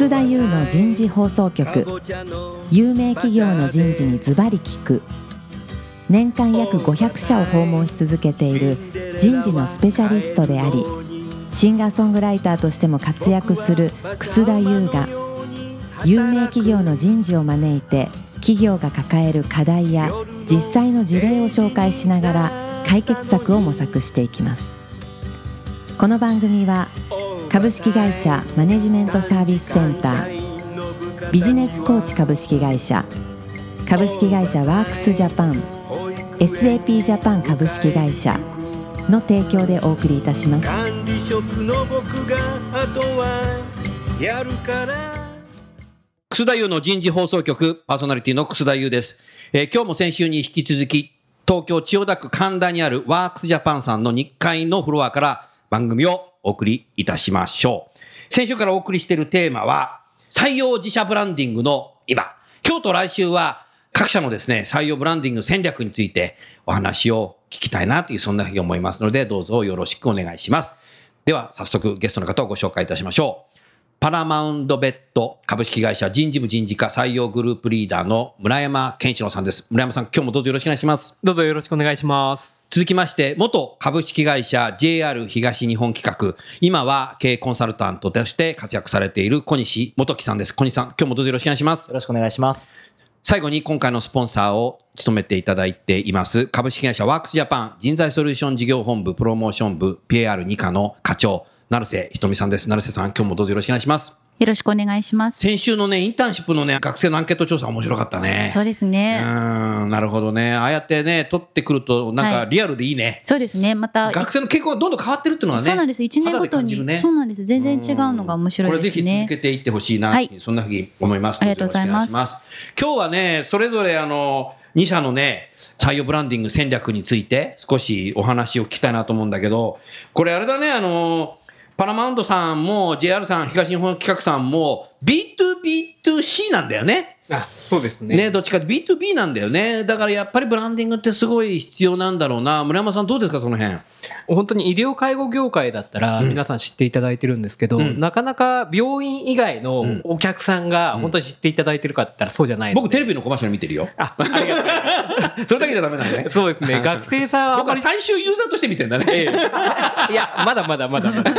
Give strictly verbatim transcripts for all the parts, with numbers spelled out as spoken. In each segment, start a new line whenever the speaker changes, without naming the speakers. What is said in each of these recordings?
楠田優の人事放送局。有名企業の人事にズバリ聞く。年間約ごひゃくしゃを訪問し続けている人事のスペシャリストであり、シンガーソングライターとしても活躍する楠田優が、有名企業の人事を招いて企業が抱える課題や実際の事例を紹介しながら解決策を模索していきます。この番組は株式会社マネジメントサービスセンター、ビジネスコーチ株式会社、株式会社ワークスジャパン、 エスエーピー ジャパン株式会社の提供でお送りいたします。
管理職の僕があとはやるから。
楠田優の人事放送局パーソナリティの楠田優です。えー、今日も先週に引き続き東京千代田区神田にあるワークスジャパンさんのにかいのフロアから番組をお送りいたしましょう。先週からお送りしているテーマは採用自社ブランディングの今。今日と来週は各社のですね、採用ブランディング戦略についてお話を聞きたいなという、そんなふうに思いますので、どうぞよろしくお願いします。では早速ゲストの方をご紹介いたしましょう。パラマウンドベッド株式会社人事部人事課採用グループリーダーの村山健一郎さんです。村山さん、今日もどうぞよろしくお願いします。
どうぞよろしくお願いします。
続きまして元株式会社 ジェイアール 東日本企画、今は経営コンサルタントとして活躍されている小西元樹さんです。小西さん、今日もどうぞよろしくお願いします。
よろしくお願いします。
最後に今回のスポンサーを務めていただいています株式会社ワークスジャパン人材ソリューション事業本部プロモーション部 ピーエーアールに 課の課長成瀬ひとみさんです。成瀬さん、今日もどうぞよろしくお願いします。
よろしくお願いします。
先週のね、インターンシップのね、学生のアンケート調査面白かったね。
そうですね。
うーん、なるほどね。ああやってね、取ってくるとなんかリアルでいいね。はい、
そうですね。また
学生の傾向がどんどん変わってるっていうのはね。
そうなんです。いちねんごとに、ね、そうなんです。全然違うのが面白いですね。
これぜひ続けていってほしいな、はい、そんなふうに思います。
ありがとうございます。
ます今日はね、それぞれあのに社のね、採用ブランディング戦略について少しお話を聞きたいなと思うんだけど、これあれだね、あのパラマウンドさんも ジェイアール さん、東日本企画さんも ビーツービーツーシー なんだよね。
あ、そうですね。
ね、どっちかって ビーツービー なんだよね。だからやっぱりブランディングってすごい必要なんだろうな。村山さんどうですか、その辺。
本当に医療介護業界だったら皆さん知っていただいてるんですけど、うん、なかなか病院以外のお客さんが本当に知っていただいてるかって言ったらそうじゃないので、
僕テレビのコマーシャル見てるよ。
あ、ありがとうございます
それだけじゃダメなんね。
そうですね。学生さんは
僕は最終ユーザーとして見てるんだね。ええ、
いや、まだまだまだまだ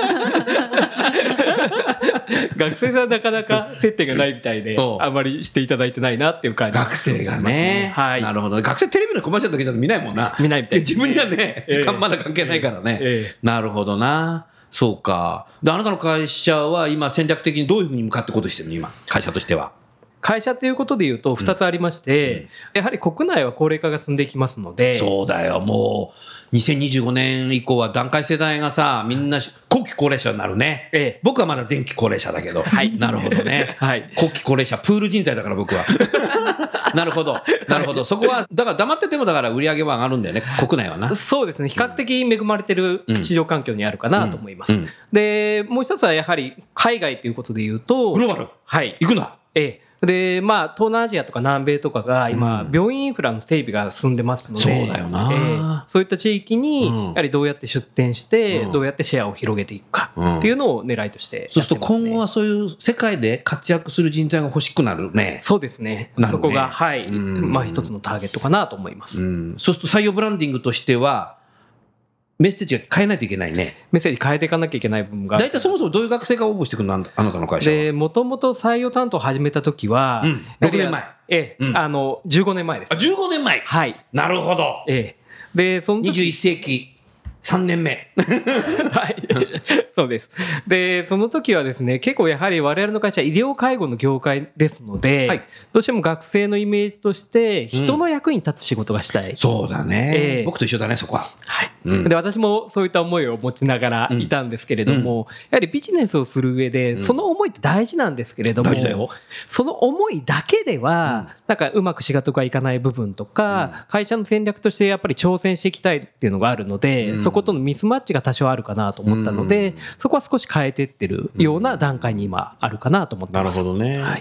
学生さんはなかなか接点がないみたいであまりしていただいてないなっていう感じ。
学生がね、はい、なるほど。学生テレビのコマーシャルだけじゃ見ないもんな。
見ないみたい。
自分にはね、えー、まだ関係ないからね、えー、なるほどな。そうか。で、あなたの会社は今戦略的にどういうふうに向かっていこうとしてるの、今会社としては。
会社ということでいうとふたつありまして、うんうん、やはり国内は高齢化が進んでいきますので。
そうだよ、もうにせんにじゅうごねん以降は団塊世代がさ、みんな後期高齢者になるね、ええ、僕はまだ前期高齢者だけど、はい、なるほどね、はい、後期高齢者プール人材だから僕はなるほどなるほど、そこはだから黙っててもだから売り上げは上がるんだよね、国内はな。
そうですね、比較的恵まれてる市場環境にあるかなと思います、うんうんうん、でもう一つはやはり海外ということでいうと
グローバル、はい、行くんだ。
ええでまあ、東南アジアとか南米とかが今、病院インフラの整備が進んでますので、
そうだよな、え
ー、そういった地域にやはりどうやって出店して、うん、どうやってシェアを広げていくかっていうのを狙いとしてやってますね。
そうすると今後はそういう世界で活躍する人材が欲しくなるね。
そうですね、ね、そこが、はい、まあ、一つのターゲットかなと思います、
うん、そうすると採用ブランディングとしてはメッセージが変えないといけないね。
メッセージ変えていかなきゃいけない部分が。
大体そもそもどういう学生が応募してくるの、あなたの会社は。
で、もともと採用担当を始めた時は、うん、
ろくねんまえ。
ええ、うん、あの、じゅうごねんまえです。
あ、じゅうごねんまえ。
はい。
なるほど。
ええ。で、その時
にじゅういっせいき。さんねんめ
はい。そうです。で、その時はですね、結構やはり我々の会社は医療介護の業界ですので、はい、どうしても学生のイメージとして人の役に立つ仕事がしたい。
うん、そうだね、えー。僕と一緒だね、そこは。
はい。うん、で、私もそういった思いを持ちながらいたんですけれども、うん、やはりビジネスをする上で、その思いって大事なんですけれども、
大事だよ。
その思いだけでは、うん、なんかうまく仕事がいかない部分とか、うん、会社の戦略としてやっぱり挑戦していきたいっていうのがあるので、うん、そことのミスマッチが多少あるかなと思ったので、うん、そこは少し変えていってるような段階に今あるかなと思ってます。
なるほどね。
はい、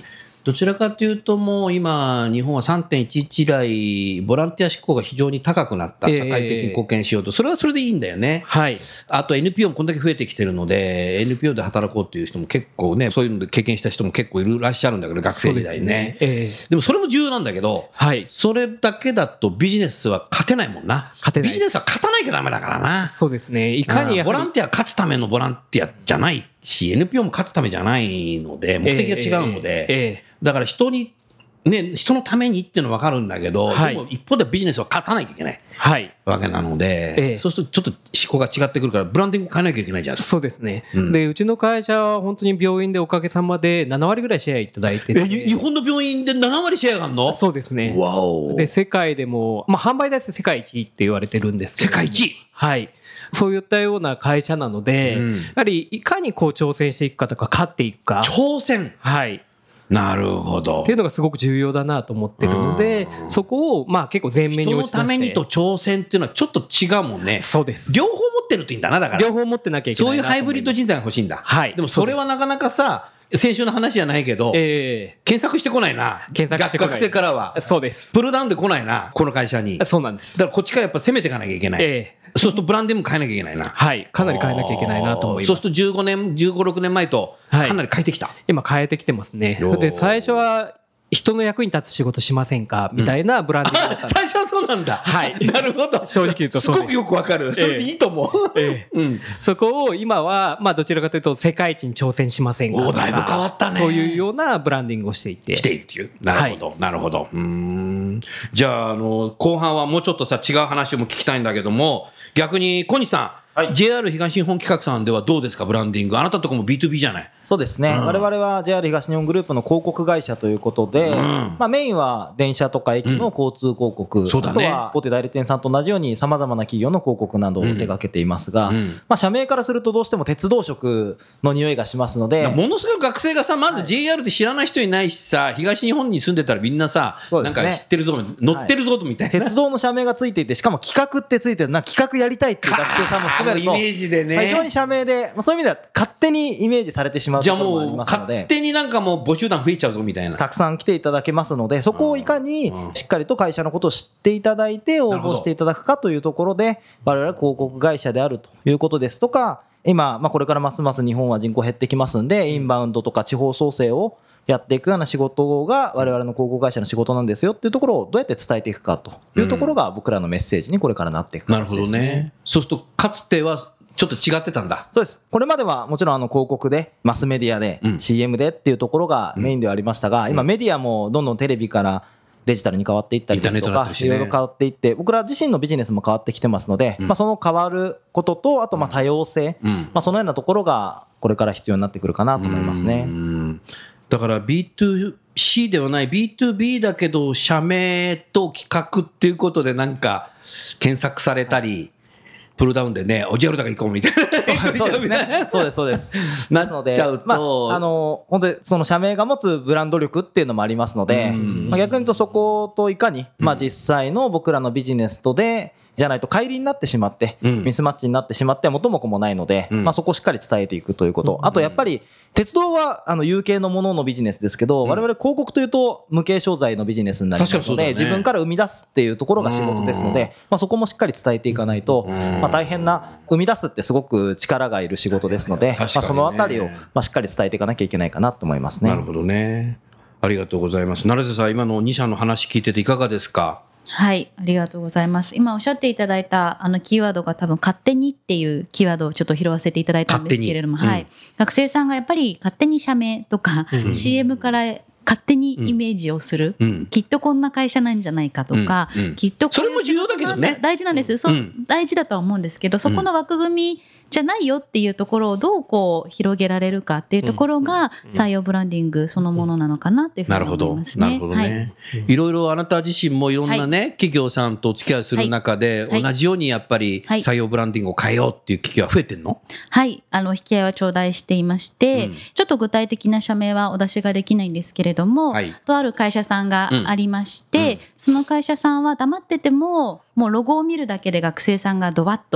どちらかというともう今日本は さんてんいちいち 台ボランティア志向が非常に高くなった、社会的に貢献しようと、それはそれでいいんだよね、
はい、
あと エヌピーオー もこんだけ増えてきてるので エヌピーオー で働こうという人も結構ね、そういうので経験した人も結構いらっしゃるんだけど、学生時代にね、で, ね、えー、でもそれも重要なんだけど、はい、それだけだとビジネスは勝てないもんな。勝てない。ビジネスは勝たなきゃダメだからな。
そうですね。いかにやはり
ボランティア勝つためのボランティアじゃないし、 エヌピーオー も勝つためじゃないので、目的が違うので、えーえーえー、だから人にね、人のためにっていうのは分かるんだけど、はい、でも一方でビジネスは勝たなきゃいけない、はい、わけなので、ええ、そうするとちょっと思考が違ってくるからブランディング変えなきゃいけないじゃないですか。
そうですね、うん、でうちの会社は本当に病院でおかげさまでななわりぐらいシェアいただいてて、
え日本の病院でななわりシェアがあるの？
そうですね。
わお。
で世界でも、まあ、販売台数世界一って言われてるんですけど、
世界一、
はい、そういったような会社なので、うん、やはりいかにこう挑戦していくかとか勝っていくか、
挑戦、
はい、
なるほど
っていうのがすごく重要だなと思ってるので、そこをまあ結構前面に押し出して、
人のためにと挑戦っていうのはちょっと違うもんね。
そうです。
両方持ってるといいんだな。だから
両方持ってなきゃいけないなと思います。
そういうハイブリッド人材が欲しいんだ。
はい。
でもそれはなかなかさ、先週の話じゃないけど、えー、検索してこないな。
検索してこない。
学生からは。
そうです。
プルダウンで来ないな、この会社に。
そうなんです。
だからこっちからやっぱ攻めていかなきゃいけない。えーそうするとブランディング変えなきゃいけないな。
はい、かなり変えなきゃいけないなと思います。
そうするとじゅうごねん、じゅうご、ろくねんまえとかなり変えてきた。はい、
今変えてきてますね。で最初は人の役に立つ仕事しませんかみたいなブランディングだったんです、
うん、最初はそうなんだ。
はい。
なるほど。
正直言うとそうです。
すごくよくわかる。それでいいと思う。ええええうん、
そこを今は、まあどちらかというと世界一に挑戦しませんかとか。
おだいぶ変わったね。
そういうようなブランディングをしていて。
しているっていう。なるほど。はい、なるほど。うーん。じゃあ、あの、後半はもうちょっとさ、違う話も聞きたいんだけども、逆に小西さん。はい、ジェイアール 東日本企画さんではどうですか、ブランディング。あなたとこも ビーツービー じゃない。
そうですね、うん、我々は ジェイアール 東日本グループの広告会社ということで、うんまあ、メインは電車とか駅の交通広告、うん、あとは大手代理店さんと同じようにさまざまな企業の広告などを手掛けていますが、うんうんまあ、社名からするとどうしても鉄道色の匂いがしますので、
ものすごい学生がさ、まず ジェイアール って知らない人いないしさ、東日本に住んでたらみんなさ、ね、なんか知ってるぞ、乗ってるぞみたいな、
はい、鉄道の社名がついていて、しかも企画ってついてるな、企画やりたいっていう学生さんも含めると
イメージでね、
まあ、非常に社名で、まあ、そういう意味では勝手にイメージされてしまうところもありますので、
勝手になんかもう募集団増えちゃうぞみたいな、
たくさん来ていただけますので、そこをいかにしっかりと会社のことを知っていただいて応募していただくかというところで、我々は広告会社であるということですとか、今、まあ、これからますます日本は人口減ってきますんで、インバウンドとか地方創生をやっていくような仕事が我々の広告会社の仕事なんですよっていうところをどうやって伝えていくかというところが僕らのメッセージにこれからなっていく形ですね。
なるほどね。そうするとかつてはちょっと違ってたんだ。
そうです。これまではもちろんあの広告でマスメディアで シーエム でっていうところがメインではありましたが、今メディアもどんどんテレビからデジタルに変わっていったりですとか、いろいろ変わっていって、僕ら自身のビジネスも変わってきてますので、まあその変わることと、あとまあ多様性、まあそのようなところがこれから必要になってくるかなと思いますね。
だから ビーツーシー ではない ビーツービー だけど社名と企画っていうことでなんか検索されたり、プルダウンでね、おじゃるだから行こうみたいな。
そうですね。そうです、そうです。
なっちゃうと、
まあ、あの、本当にその社名が持つブランド力っていうのもありますので、まあ、逆に言うとそこといかに、まあ実際の僕らのビジネスとで、じゃないと乖離になってしまって、ミスマッチになってしまって元も子もないので、まあそこをしっかり伝えていくということ。あとやっぱり、鉄道はあの有形のもののビジネスですけど、我々広告というと無形商材のビジネスになりますので、自分から生み出すっていうところが仕事ですので、まあそこもしっかり伝えていかないと、まあ大変な、生み出すってすごく力がいる仕事ですので、まあそのあたりをまあしっかり伝えていかなきゃいけないかなと思いますね。
なるほどね。ありがとうございます。成瀬さん、今のに社の話聞いてていかがですか？
はい、ありがとうございます。今おっしゃっていただいたあのキーワードが多分勝手にっていうキーワードをちょっと拾わせていただいたんですけれども、うん、はい、学生さんがやっぱり勝手に社名とか、うん、シーエム から勝手にイメージをする、うん、きっとこんな会社なんじゃないかとか、うんうん、きっとこういう仕事が大事なんですよ、そう、うん、大事だとは思うんですけど、そこの枠組みじゃないよっていうところをどうこう広げられるかっていうところが採用ブランディングそのものなのかなっていうふうに思いますね。
なるほど、なるほどね。はい、いろいろあなた自身もいろんなね、はい、企業さんとお付き合いする中で、はい、同じようにやっぱり採用ブランディングを変えようっていう企業は増えてんの？
はい、あの引き合いは頂戴していまして、うん、ちょっと具体的な社名はお出しができないんですけれども、はい、とある会社さんがありまして、うんうん、その会社さんは黙っててももうロゴを見るだけで学生さんがドバッと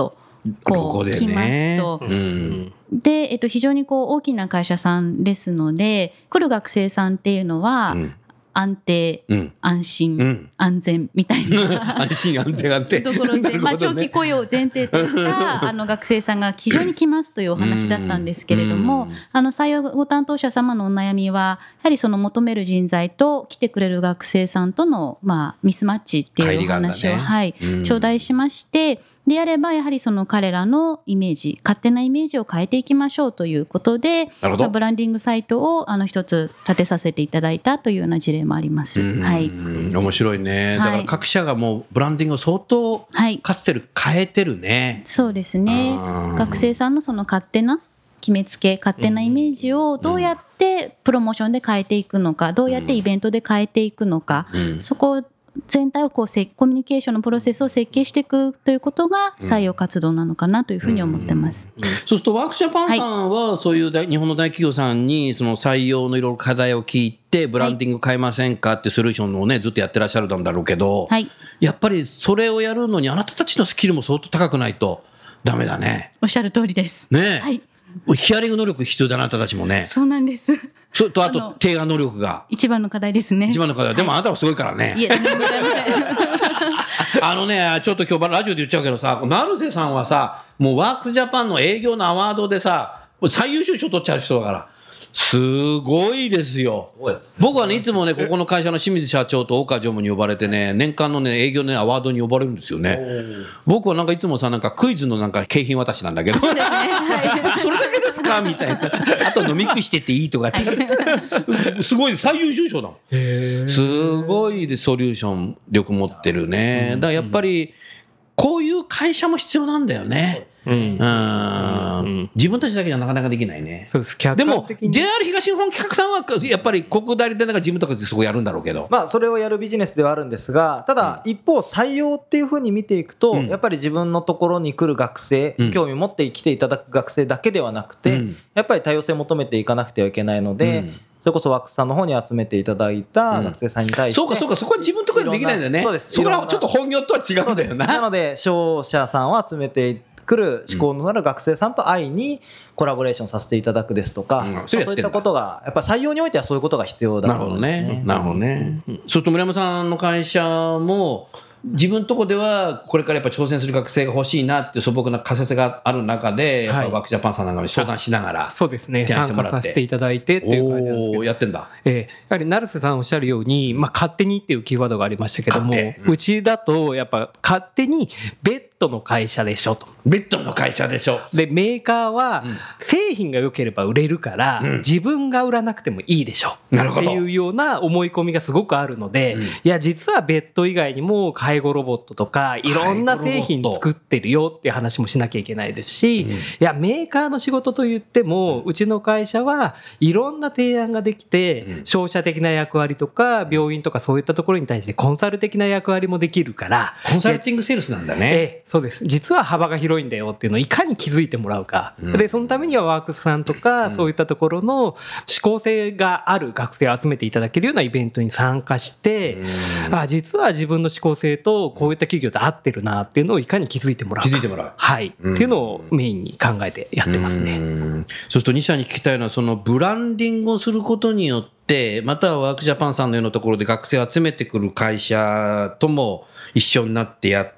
こう来ますと。で、えっと、非常にこう大きな会社さんですので、来る学生さんっていうのは、うん安定、うん、安心、うん、安全みたいな
安心安全安定
ところで、ねまあ、長期雇用を前提としたあの学生さんが非常に来ますというお話だったんですけれども、あの採用ご担当者様のお悩みはやはりその求める人材と来てくれる学生さんとの、まあ、ミスマッチっていうお話を、ねはい、頂戴しまして、であればやはりその彼らのイメージ勝手なイメージを変えていきましょうということで、ブランディングサイトをあの一つ立てさせていただいたというような事例もあります。はい、
面白いね。だから各社がもうブランディングを相当かつてる変えてるね、
はい、そうですね。学生さんのその勝手な決めつけ勝手なイメージをどうやってプロモーションで変えていくのか、どうやってイベントで変えていくのか、うん、そこを全体をこうコミュニケーションのプロセスを設計していくということが採用活動なのかなというふうに思ってます。
うんうん、そうするとワークジャパンさんはそういう大日本の大企業さんにその採用のいろいろ課題を聞いてブランディング変えませんかってソリューションをねずっとやってらっしゃるんだろうけど、はい、やっぱりそれをやるのにあなたたちのスキルも相当高くないとダメだね。
おっしゃる通りです。
ね、
はい、
ヒアリング能力必要だあなたたちもね。
そうなんです。
それとあと提案能力が
一番の課題ですね。
一番の課題、はい、でもあなたはすごいからね。
いえ、とんでもございません。
あのね、ちょっと今日ラジオで言っちゃうけどさ、成瀬さんはさ、もうワークスジャパンの営業のアワードでさ、最優秀賞取っちゃう人だから。すごいですよ。僕はね、いつもね、ここの会社の清水社長と岡常務に呼ばれてね、年間のね、営業の、ね、アワードに呼ばれるんですよね。僕はなんかいつもさ、なんかクイズのなんか景品渡しなんだけど、そうですね、はい、それだけですかみたいな。あと飲み食いしてっていいとかって、はい、すごい最優秀賞だもん。すごいでソリューション力持ってるね。だからやっぱりこういう会社も必要なんだよね。うんうんうん、自分たちだけじゃなかなかできないね。
そうです。
でも ジェイアール 東日本企画さんはやっぱり広告代理店なんか事務とかでそこやるんだろうけど、
まあそれをやるビジネスではあるんですが、ただ一方採用っていうふうに見ていくと、うん、やっぱり自分のところに来る学生、うん、興味持って来ていただく学生だけではなくて、うん、やっぱり多様性を求めていかなくてはいけないので、うん、それこそワークスさんの方に集めていただいた学生さんに対して、
うん、そうかそうか、そこは自分のところでできないんだよね。
そうです。
そこはちょっと本業とは違うんだよな。
なので商社さんを集めて来る志向のある学生さんと会いにコラボレーションさせていただくですとか、うん、そういったことがやっぱ採用においてはそういうことが必要だと思うんですね。
なるほどね。なるほどね。そうすると村山さんの会社も自分のとこではこれからやっぱ挑戦する学生が欲しいなっていう素朴な仮説がある中で、やっぱワークジャパンさんなんかに相談しながら、はい、
そうですね、参加させていただいてっていう感じなんですけど、
やってんだ。
えー、やはり成瀬さんおっしゃるように、まあ、勝手にっていうキーワードがありましたけども、うん、うちだとやっぱ勝手にベッドの会社でしょと。
ベッドの会社でしょ。
でメーカーは製品が良ければ売れるから、うん、自分が売らなくてもいいでしょ、うん、っていうような思い込みがすごくあるので、うん、いや実はベッド以外にも介護ロボットとかいろんな製品作ってるよっていう話もしなきゃいけないですし、うん、いやメーカーの仕事といっても、うん、うちの会社はいろんな提案ができて、うん、商社的な役割とか病院とかそういったところに対してコンサル的な役割もできるから、
コンサルティングセールスなんだね。
えそうです。実は幅が広いんだよっていうのをいかに気づいてもらうか、うん、でそのためにはワークスさんとか、うん、そういったところの思考性がある学生を集めていただけるようなイベントに参加して、うん、あ実は自分の思考性とこういった企業と合ってるなっていうのをいかに気づいてもらうか、
気づいてもらう、
はい、うん、っていうのをメインに考えてやってますね。うん、
そうするとに社に聞きたいのは、そのブランディングをすることによってまたはワークジャパンさんのようなところで学生を集めてくる会社とも一緒になってやって、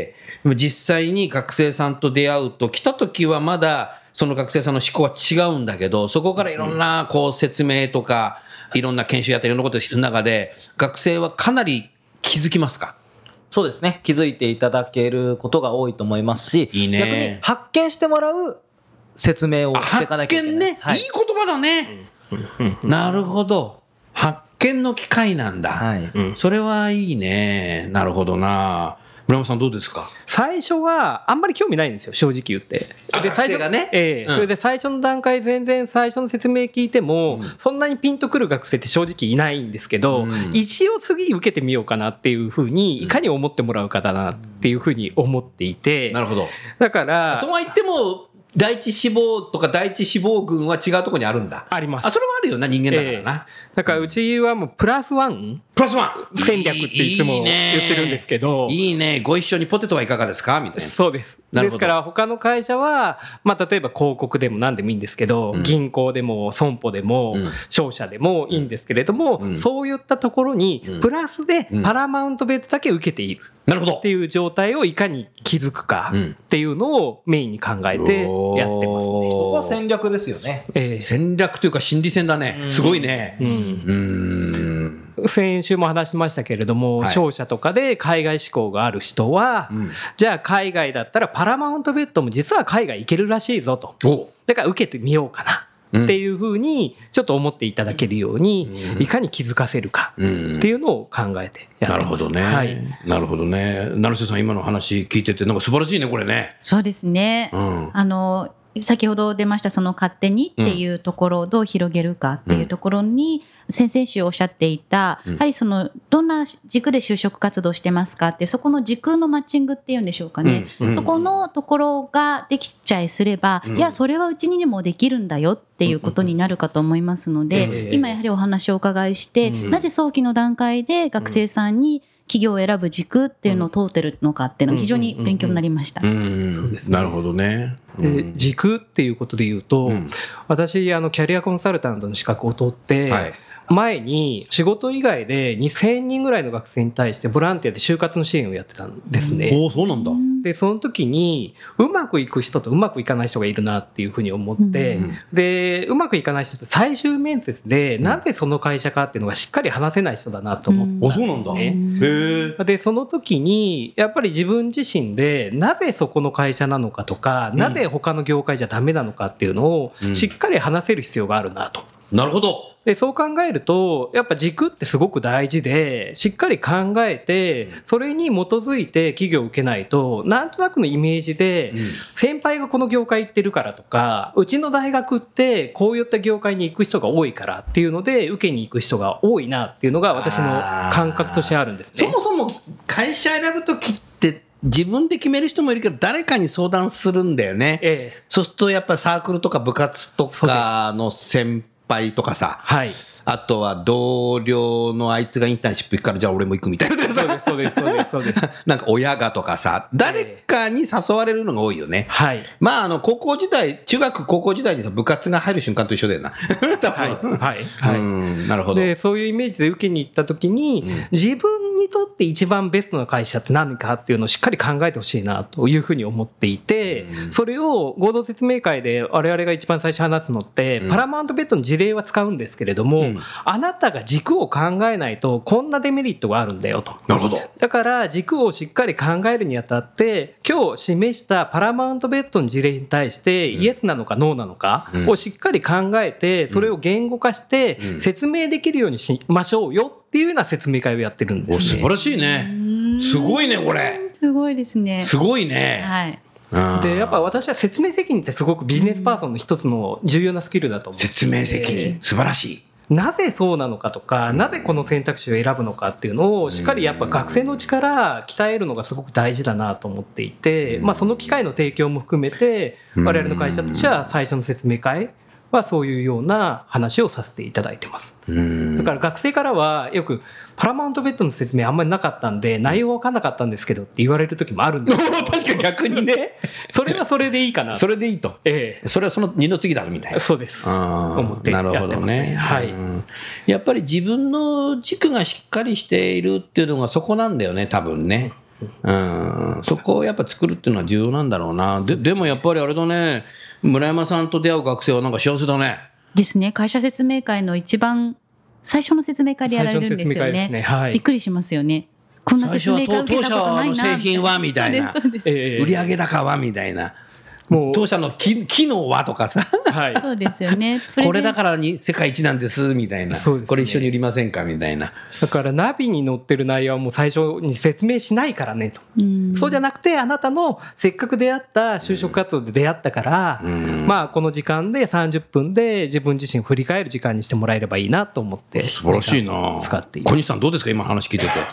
実際に学生さんと出会うと、来た時はまだその学生さんの思考は違うんだけど、そこからいろんなこう説明とかいろんな研修やっていろんなことをする中で、学生はかなり気づきますか？
そうですね、気づいていただけることが多いと思いますし、いいね、逆に発見してもらう説明をしていかなきゃいけない。
発見ね、はい、いい言葉だね。なるほど、発見の機会なんだ、はい、それはいいね。なるほどな。村山さんどうですか？
最初はあんまり興味ないんですよ、正直言って。
で最初がね、
えーうん、それで最初の段階全然最初の説明聞いても、うん、そんなにピンとくる学生って正直いないんですけど、うん、一応次受けてみようかなっていうふうにいかに思ってもらうかだなっていうふうに思っていて、
うん、なるほど。
だから
そうは言っても第一志望とか第一志望群は違うところにあるんだ。
あります。
あ、それもあるよな、人間だからな、
えー、だからうちはもうプラスワン
プラスワン
戦略っていつも言ってるんですけど、
いいね、ご一緒にポテトはいかがですかみたいな。
そうです。ですから他の会社は、まあ、例えば広告でも何でもいいんですけど、うん、銀行でも損保でも、うん、商社でもいいんですけれども、うん、そういったところにプラスでパラマウントベッドだけ受けている。
なるほど
っていう状態をいかに築くかっていうのをメインに考えてやってますね。こ
こは戦略ですよね。
えー、戦略というか心理戦だね。すごいね。うん
うんうん、先週も話しましたけれども、はい、商社とかで海外志向がある人は、うん、じゃあ海外だったらパラマウントベッドも実は海外行けるらしいぞと。だから受けてみようかな。っていうふうにちょっと思っていただけるようにいかに気づかせるかっていうのを考えてやってます。
なるほどね、はい、なるほどね。成瀬さん今の話聞いててなんか素晴らしいねこれね。
そうですね、うん、あの先ほど出ましたその勝手にっていうところをどう広げるかっていうところに、うん、先々週おっしゃっていた、うん、やはりそのどんな軸で就職活動してますかってそこの時空のマッチングっていうんでしょうかね、うんうん、そこのところができちゃいすれば、うん、いやそれはうちにもできるんだよっていうことになるかと思いますので、うんうん、今やはりお話をお伺いして、うん、なぜ早期の段階で学生さんに企業を選ぶ軸っていうのを通ってるのかっていうのが非常に勉強になりました。
なるほどね。
で軸っていうことで言うと、うん、私あのキャリアコンサルタントの資格を取って、はい、前に仕事以外でにせんにんぐらいの学生に対してボランティアで就活の支援をやってたんですね。
おー、そうなんだ。
でその時にうまくいく人とうまくいかない人がいるなっていうふうに思って、うん、でうまくいかない人って最終面接でなぜその会社かっていうのがしっかり話せない人だなと思ったんですね。
あ、そうなんだ。へー。
でその時にやっぱり自分自身でなぜそこの会社なのかとか、うん、なぜ他の業界じゃダメなのかっていうのをしっかり話せる必要があるなと。
うん、なるほど。
でそう考えるとやっぱ軸ってすごく大事でしっかり考えてそれに基づいて企業を受けないとなんとなくのイメージで先輩がこの業界行ってるからとかうちの大学ってこういった業界に行く人が多いからっていうので受けに行く人が多いなっていうのが私の感覚としてあるんですね。
そもそも会社選ぶときって自分で決める人もいるけど誰かに相談するんだよね、ええ、そうするとやっぱりサークルとか部活とかの先輩とかさ、はい、あとは同僚のあいつがインターンシップ行くからじゃあ俺も行くみたいな
そうですそうですそうですそうです
なんか親がとかさ誰かに誘われるのが多いよね、はい、まああの高校時代中学高校時代にさ部活が入る瞬間と一緒だよな多分はい
はいはい、うん、
なるほど。
でそういうイメージで受けに行った時に、うん、自分にとって一番ベストな会社って何かっていうのをしっかり考えてほしいなというふうに思っていて、うん、それを合同説明会で我々が一番最初話すのって、うん、パラマウントベッドの事例は使うんですけれども、うん、あなたが軸を考えないとこんなデメリットがあるんだよと。
なるほど。
だから軸をしっかり考えるにあたって今日示したパラマウントベッドの事例に対してイエスなのかノーなのかをしっかり考えてそれを言語化して説明できるようにしましょうよっていうような説明会をやってるんですね。
素晴らしいね。すごいねこれ。
すごいですね。
すごいね。
はい。
でやっぱ私は説明責任ってすごくビジネスパーソンの一つの重要なスキルだと思う。
説明責任素晴らしい。
なぜそうなのかとか、なぜこの選択肢を選ぶのかっていうのをしっかりやっぱ学生のうちから鍛えるのがすごく大事だなと思っていて、まあその機会の提供も含めて我々の会社としては最初の説明会はそういうような話をさせていただいてます。だから学生からはよくパラマウントベッドの説明あんまりなかったんで内容分かんなかったんですけどって言われる時もあるんですけど
確かに逆にね
それはそれでいいかな
それでいいと、ええ、それはその二の次だみたいな。
そうです思ってやってますね。はい、
やっぱり自分の軸がしっかりしているっていうのがそこなんだよね多分ね、うん、そこをやっぱ作るっていうのは重要なんだろうな。 で, でもやっぱりあれだね村山さんと出会う学生はなんか幸せだね。
ですね。会社説明会の一番最初の説明会でやられるんですよ ね, ね、はい、びっくりしますよね。こんな説明会受けたことないな。
当社の製品はみたいな、売上高はみたいな、もう当社の機能はとかさ、
はい、そうですよね。
これだからに世界一なんですみたいな、ね、これ一緒に売りませんかみたいな。
だからナビに載ってる内容はもう最初に説明しないからねと。うんそうじゃなくてあなたのせっかく出会った就職活動で出会ったから、うんまあこの時間でさんじゅっぷんで自分自身振り返る時間にしてもらえればいいなと思って。
素晴らしいな。
使っている。
小西さんどうですか今話聞いてて。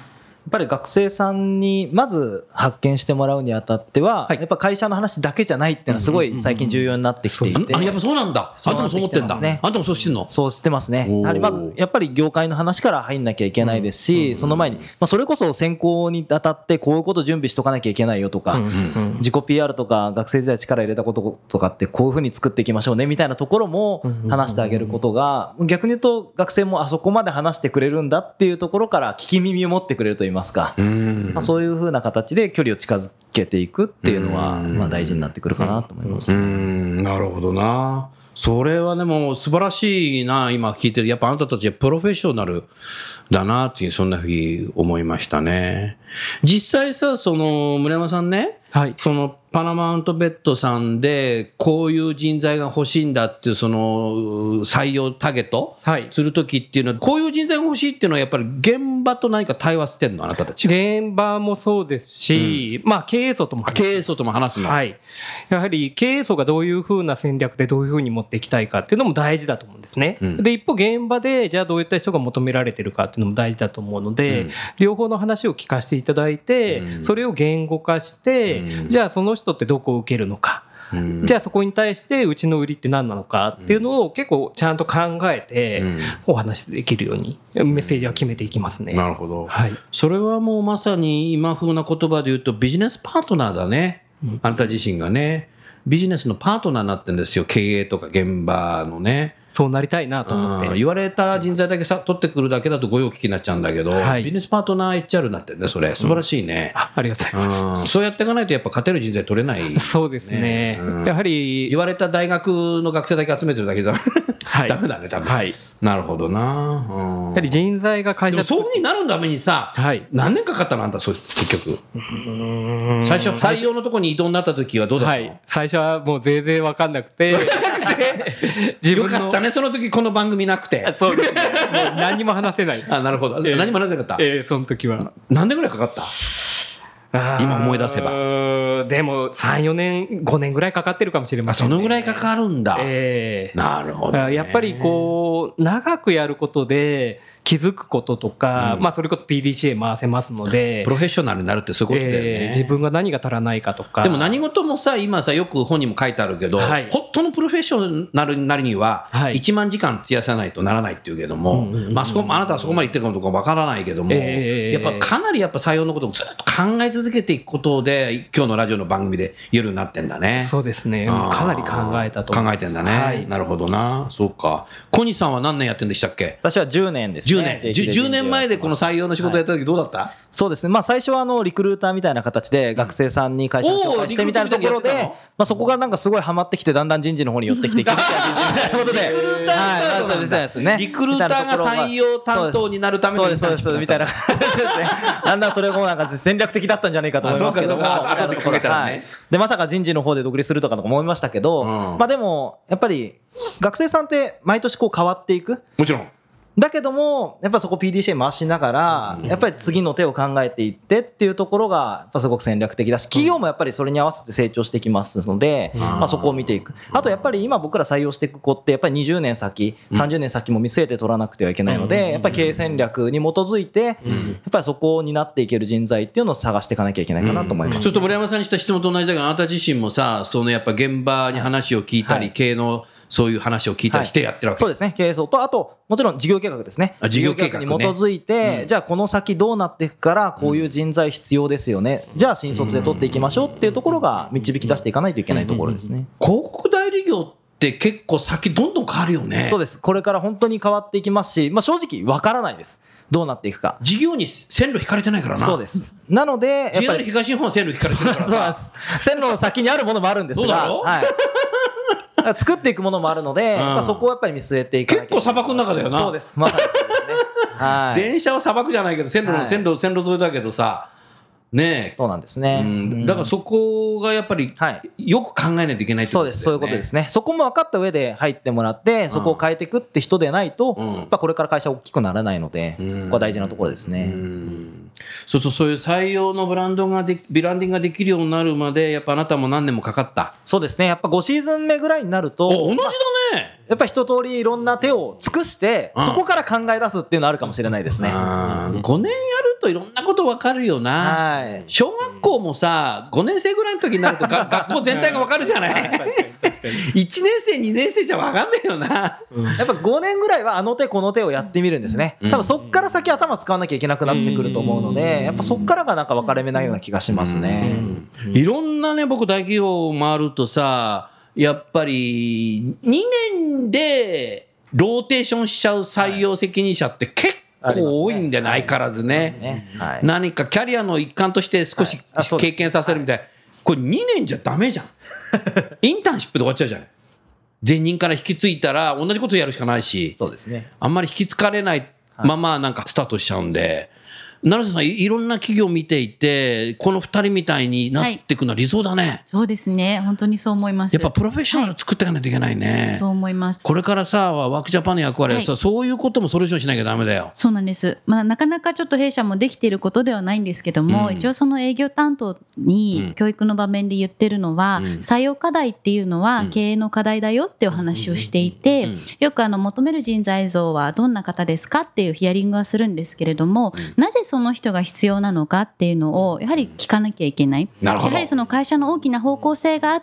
っぱり学生さんにまず発見してもらうにあたっては、
はい
やっぱ会社の話だけじゃないっていうのはすごい最近重要になってきていて、
あ、やっぱそうなんだ。あんたもそう思ってんだ。
そうなってきてますね
あんたもそうしてんの。
そうしてますね。
おー
やはりまずやっぱり業界の話から入んなきゃいけないですし、その前に、まあ、それこそ選考にあたってこういうこと準備しとかなきゃいけないよとか、自己 ピーアール とか学生時代力入れたこととかってこういうふうに作っていきましょうねみたいなところも話してあげることが、逆に言うと学生もあそこまで話してくれるんだっていうところから聞き耳を持ってくれると言いますか、まあ、そういうふうな形で距離を近づけていくっていうのはまあ大事になってくるかなと思います。
うーん、なるほどな。それはでも素晴らしいな。今聞いてる、やっぱあなたたちはプロフェッショナルだなっていう、そんなふうに思いましたね。実際さ、その村山さんね、
はい、
そのパナマウントベッドさんでこういう人材が欲しいんだっていう、その採用ターゲットするときっていうのは、こういう人材が欲しいっていうのはやっぱり現場と何か対話してんの、あなたたちが。
現場もそうですし、うん、まあ経営層とも話す。
経営層とも話すの。
はい。やはり経営層がどういうふうな戦略でどういうふうに持っていきたいかっていうのも大事だと思うんですね。うん、で、一方現場でじゃあどういった人が求められてるかっていうのも大事だと思うので、うん、両方の話を聞かせていただいて、うん、それを言語化して、うん、じゃあその人ってどこを受けるのか、うん、じゃあそこに対してうちの売りって何なのかっていうのを結構ちゃんと考えてお話できるようにメッセージは決めていきますね。
なるほど、
はい、
それはもうまさに今風な言葉で言うとビジネスパートナーだね、うん、あなた自身がねビジネスのパートナーになってるんですよ、経営とか現場のね。
そうなりたいなと思って、
言われた人材だけさ取ってくるだけだとご用聞きになっちゃうんだけど、はい、ビジネスパートナー エイチアール になってるね、それ素晴らしいね、
うん、あ, ありがとうございます。
そうやっていかないとやっぱ勝てる人材取れない、ね、
そうですね、うん、やはり
言われた大学の学生だけ集めてるだけだ、はい、ダメだね多分、はい、なるほどな、うん、
やはり人材が会社
でもそういう風になるためにさ、はい、何年かかったのあんた、そう結局うん最初採用のところに異動になった時はどうだったの？はい、
最初はもう全然分かんなくて自分の
よかったね、その時この番組なくて。
そうですね、もう何にも話せない。
あ、なるほど、えー、何も話せなかった。
えー、その時は
何年ぐらいかかった？今思い出せば。
でもさん、よねん、ごねんぐらいかかってるかもしれませんね。
そのぐらいかかるんだ。
えー、
なるほど、ね。
やっぱりこう長くやることで気づくこととか、うん、まあそれこそ ピーディーシーエー 回せますので、
プロフェッショナルになるってそういうことだよね、
えー、自分が何が足らないかとか。
でも何事もさ、今さよく本にも書いてあるけど、はい、本当のプロフェッショナルになるにはいちまんじかん費やさないとならないっていうけども、うんうんうん、まあそこあなたはそこまで言ってるかどうかわからないけども、えー、やっぱかなりやっぱ採用のことをずっと考え続けていくことで今日のラジオの番組で言えるようになってんだね。
そうですね、かなり考えたと思います。
考えてんだね、はい、なるほどな。そうか。小西さんは何年やってんでしたっけ？
私はじゅうねんですね。
じゅうねん、じゅうねんまえでこの採用の仕事やった時どうだった？はい、
そうですね、まあ、最初はあのリクルーターみたいな形で学生さんに会社を紹介してみたいなところで、まあ、そこがなんかすごいハマってきてだんだん人事の方に寄ってきていくみたいなことで、リクルーター
がリクルーターが採用担当になるためのインターンシップだったみたいな感じですね。だんだんそれもなんか戦略的だったんじゃないかと思いますけども、でまさか人事の方で独立するとかとか思いましたけど、うん、まあでもやっぱり学生さんって毎年こう変わっていく。 もちろん
だけどもやっぱそこ ピーディーシーエー 回しながらやっぱり次の手を考えていってっていうところがやっぱすごく戦略的だし、企業もやっぱりそれに合わせて成長してきますので、まあそこを見ていく。あとやっぱり今僕ら採用していく子ってやっぱりにじゅうねん先さんじゅうねん先も見据えて取らなくてはいけないので、やっぱり経営戦略に基づいてやっぱりそこになっていける人材っていうのを探していかなきゃいけないかなと思います。
ちょっと森山さんにした質問と同じだけど、あなた自身もさ、そのやっぱ現場に話を聞いたり、経営のそういう話を聞いたりしてやってるわけ、
はい、そうですね。経営層とあともちろん事業計画ですね。
あ、事業計画ね、
事業計画に基づいて、うん、じゃあこの先どうなっていくからこういう人材必要ですよね、うん、じゃあ新卒で取っていきましょうっていうところが導き出していかないといけないところですね。
広告代理業って結構先どんどん変わるよね。
そうです。これから本当に変わっていきますし、まあ、正直わからないです。どうなっていくか。
事業に線路引かれてないからな。
そうです。なのでやっぱり
ジェイアール 東日本は線路引かれてるからさ。そうです。
線路の先にあるものもあるんですが、
そうだろう、
はい作っていくものもあるので、うん、まあ、そこをやっぱり見据えていかなきゃいけない。
結構砂漠の中だよな。
そうです。まさにそうですね。はい。
電車は砂漠じゃないけど線路、はい、線路線路沿いだけどさ、ねえ。
そうなんですね。
うん、だからそこがやっぱりよく考えないといけないってことですね。そうです。
そういうことですね。そこも分かった上で入ってもらってそこを変えていくって人でないと、うん、やっぱこれから会社大きくならないので、うん、ここは大事なところですね。うん、
そうそう、そういう採用のブランドがでブランディングができるようになるまでやっぱあなたも何年もかかった。
そうですね。やっぱごシーズン目ぐらいになると
同じだね、まあ、
やっぱ一通りいろんな手を尽くして、うん、そこから考え出すっていうのはあるかもしれないですね。
うん、ごねんやるといろんなこと分かるよな。
はい。
小学校もさ、ごねん生ぐらいの時になるとが学校全体が分かるじゃないいちねん生にねん生じゃ分かんないよな、
うん、やっぱごねんぐらいはあの手この手をやってみるんですね。多分そっから先頭使わなきゃいけなくなってくると思うので、やっぱそっからがなんか分かれ目なような気がしますね。
うん、いろんなね、僕大企業回るとさ、やっぱりにねんでローテーションしちゃう採用責任者って結構多いんで、相変わらずね。何かキャリアの一環として少し経験させるみたいな。これにねんじゃダメじゃん。インターンシップで終わっちゃうじゃない。前任から引き継いだら同じことやるしかないし、
そうですね。
あんまり引き継がれないままなんかスタートしちゃうんで、成瀬さん、いろんな企業を見ていて、このふたりみたいになっていくのは理想だね、はい、
そうですね、本当にそう思います。
やっぱプロフェッショナル作っていかないといけないね、
はい、そう思います。
これからさ、ワークジャパンの役割はさ、はい、そういうこともソリューションしなきゃダメだよ。
そうなんです、まあ、なかなかちょっと弊社もできていることではないんですけども、うん、一応その営業担当に教育の場面で言ってるのは、うん、採用課題っていうのは経営の課題だよっていうお話をしていて、うんうん、よくあの求める人材像はどんな方ですかっていうヒアリングはするんですけれども、うん、なぜその人が必要なのかっていうのをやはり聞かなきゃいけない。やはりその会社の大きな方向性があって、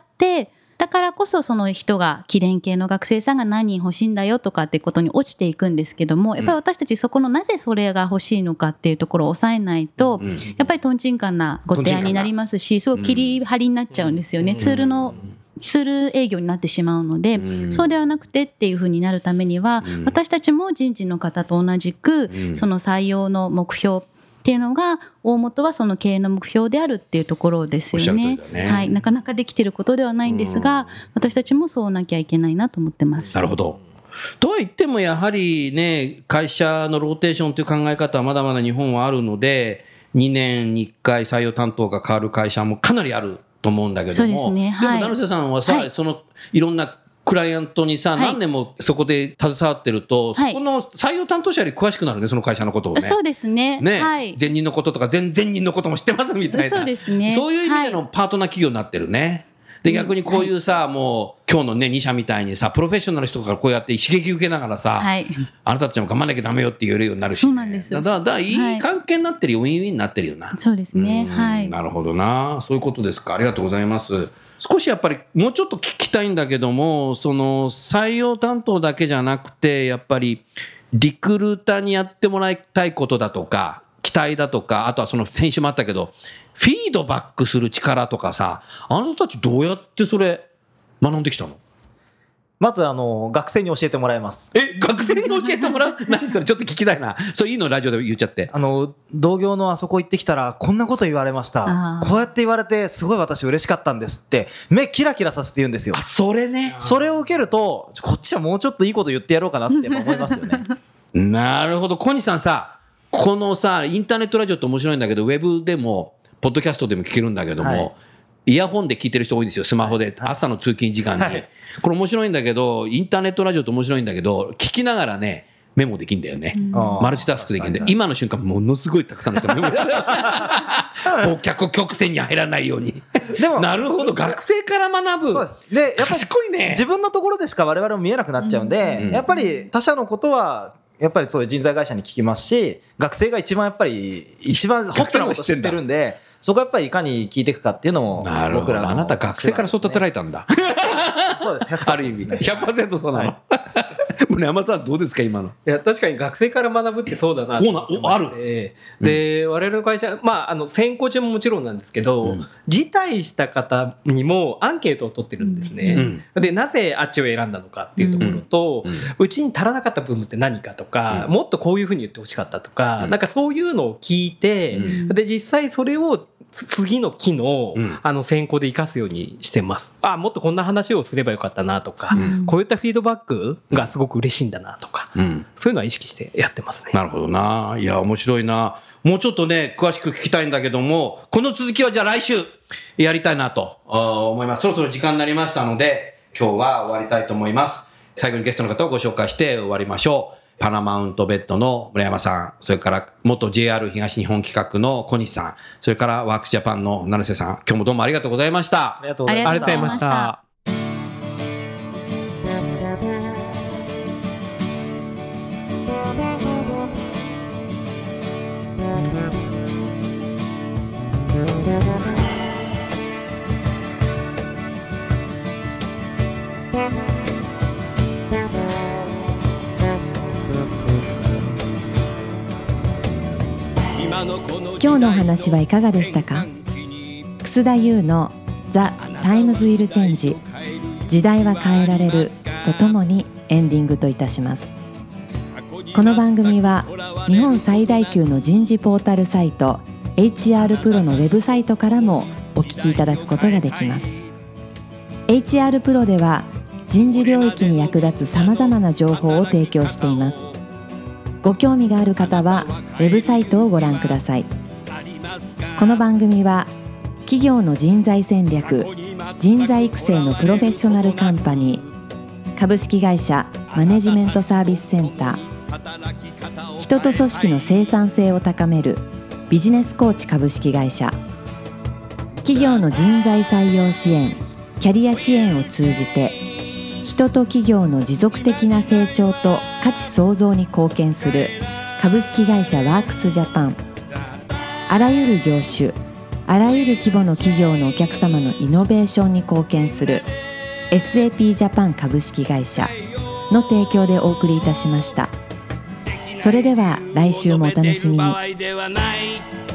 だからこそその人がキレン系の学生さんが何人欲しいんだよとかってことに落ちていくんですけども、やっぱり私たちそこのなぜそれが欲しいのかっていうところを抑えないと、やっぱりトンチンカンなご提案になりますし、すごい切り張りになっちゃうんですよね。ツールのツール営業になってしまうので、うん、そうではなくてっていう風になるためには、うん、私たちも人事の方と同じく、うん、その採用の目標っていうのが大元はその経営の目標であるっていうところですよね。ね、はい、なかなかできていることではないんですが、うん、私たちもそうなきゃいけないなと思ってます。
なるほど。とは言ってもやはりね、会社のローテーションという考え方はまだまだ日本はあるので、にねんにいっかい採用担当が変わる会社もかなりあると思うんだけども、
そうですね、はい、
でも成瀬さんはさ、はい、そのいろんなクライアントにさ、はい、何年もそこで携わってると、はい、そこの採用担当者より詳しくなるね、その会社のことをね。
そうですね。
ね、
はい、
前任のこととか前々任のことも知ってますみたいな。
そうですね。
そういう意味でのパートナー企業になってるね。で、逆にこういうさ、もう今日のね、に社みたいにさ、プロフェッショナルの人からこうやって刺激受けながらさ、はい、あなたたちも頑張んなきゃダメよって言えるようになるし、ね、
そうなんです。
だから、だからいい関係になってるよ、はい、ウィンウィンになってるよな。
そうですね。はい。
なるほどな。そういうことですか。ありがとうございます。少しやっぱりもうちょっと聞きたいんだけども、その採用担当だけじゃなくて、やっぱりリクルーターにやってもらいたいことだとか、期待だとか、あとはその先週もあったけど、フィードバックする力とかさ、あなたたちどうやってそれ学んできたの？
まずあの学生に教えてもらいます。
え、学生に教えてもらう？何それ、ちょっと聞きたいな。それいいの？ラジオで言っちゃって。
あの同業のあそこ行ってきたらこんなこと言われました、こうやって言われてすごい私嬉しかったんですって目キラキラさせて言うんですよ。
あ、それね。
それを受けるとこっちはもうちょっといいこと言ってやろうかなって思いますよね。
なるほど。小西さんさ、このさインターネットラジオって面白いんだけど、ウェブでもポッドキャストでも聞けるんだけども、はい、イヤホンで聞いてる人多いんですよ、スマホで、朝の通勤時間に、はい、これ面白いんだけど、インターネットラジオって面白いんだけど、聞きながらねメモできるんだよね、うん、マルチタスクできるんで、今の瞬間ものすごいたくさんの人メモで客曲線に入らないように。でもなるほど、学生から学ぶ。そうですで、やっぱり賢いね。
自分のところでしか我々も見えなくなっちゃうんで、うん、やっぱり他社のことはやっぱりそういう人材会社に聞きますし、学生が一番やっぱり一番ホットなこと知ってるんで、そこはやっぱりいかに聞いていくかっていうのも僕らの、
あなた学生からそう立てられたんだ。
そうです、
ある意味 ひゃくパーセント そうなの。村山さんどうですか今の。
いや確かに学生から学ぶってそうだなと思ってまして、で、うん、我々の会社、まあ、あの選考中ももちろんなんですけど、うん、辞退した方にもアンケートを取ってるんですね、うん、でなぜあっちを選んだのかっていうところと、うんうん、うちに足らなかった部分って何かとか、うん、もっとこういうふうに言ってほしかったとか、うん、なんかそういうのを聞いて、うん、で実際それを次の期の、うん、あの選考で生かすようにしてます。あ、もっとこんな話をすればよかったなとか、うん、こういったフィードバックがすごく嬉しいんだなとか、うん、そういうのは意識してやってますね。
なるほどな。いや面白いな。もうちょっとね詳しく聞きたいんだけども、この続きはじゃあ来週やりたいなと思います。そろそろ時間になりましたので今日は終わりたいと思います。最後にゲストの方をご紹介して終わりましょう。パナマウントベッドの村山さん、それから元 ジェイアール 東日本企画の小西さん、それからワークスジャパンの成瀬さん、今日もどうもありがとうございました。
ありがとうございました。
今日のお話はいかがでしたか？楠田優の The Times Will Change 時代は変えられるとともにエンディングといたします。この番組は日本最大級の人事ポータルサイト エイチアール プロのウェブサイトからもお聞きいただくことができます。 エイチアール プロでは人事領域に役立つさまざまな情報を提供しています。ご興味がある方はウェブサイトをご覧ください。この番組は企業の人材戦略、人材育成のプロフェッショナルカンパニー、株式会社マネジメントサービスセンター、人と組織の生産性を高めるビジネスコーチ株式会社、企業の人材採用支援、キャリア支援を通じて人と企業の持続的な成長と価値創造に貢献する株式会社ワークスジャパン、あらゆる業種、あらゆる規模の企業のお客様のイノベーションに貢献する エスエーピー ジャパン株式会社の提供でお送りいたしました。それでは来週もお楽しみに。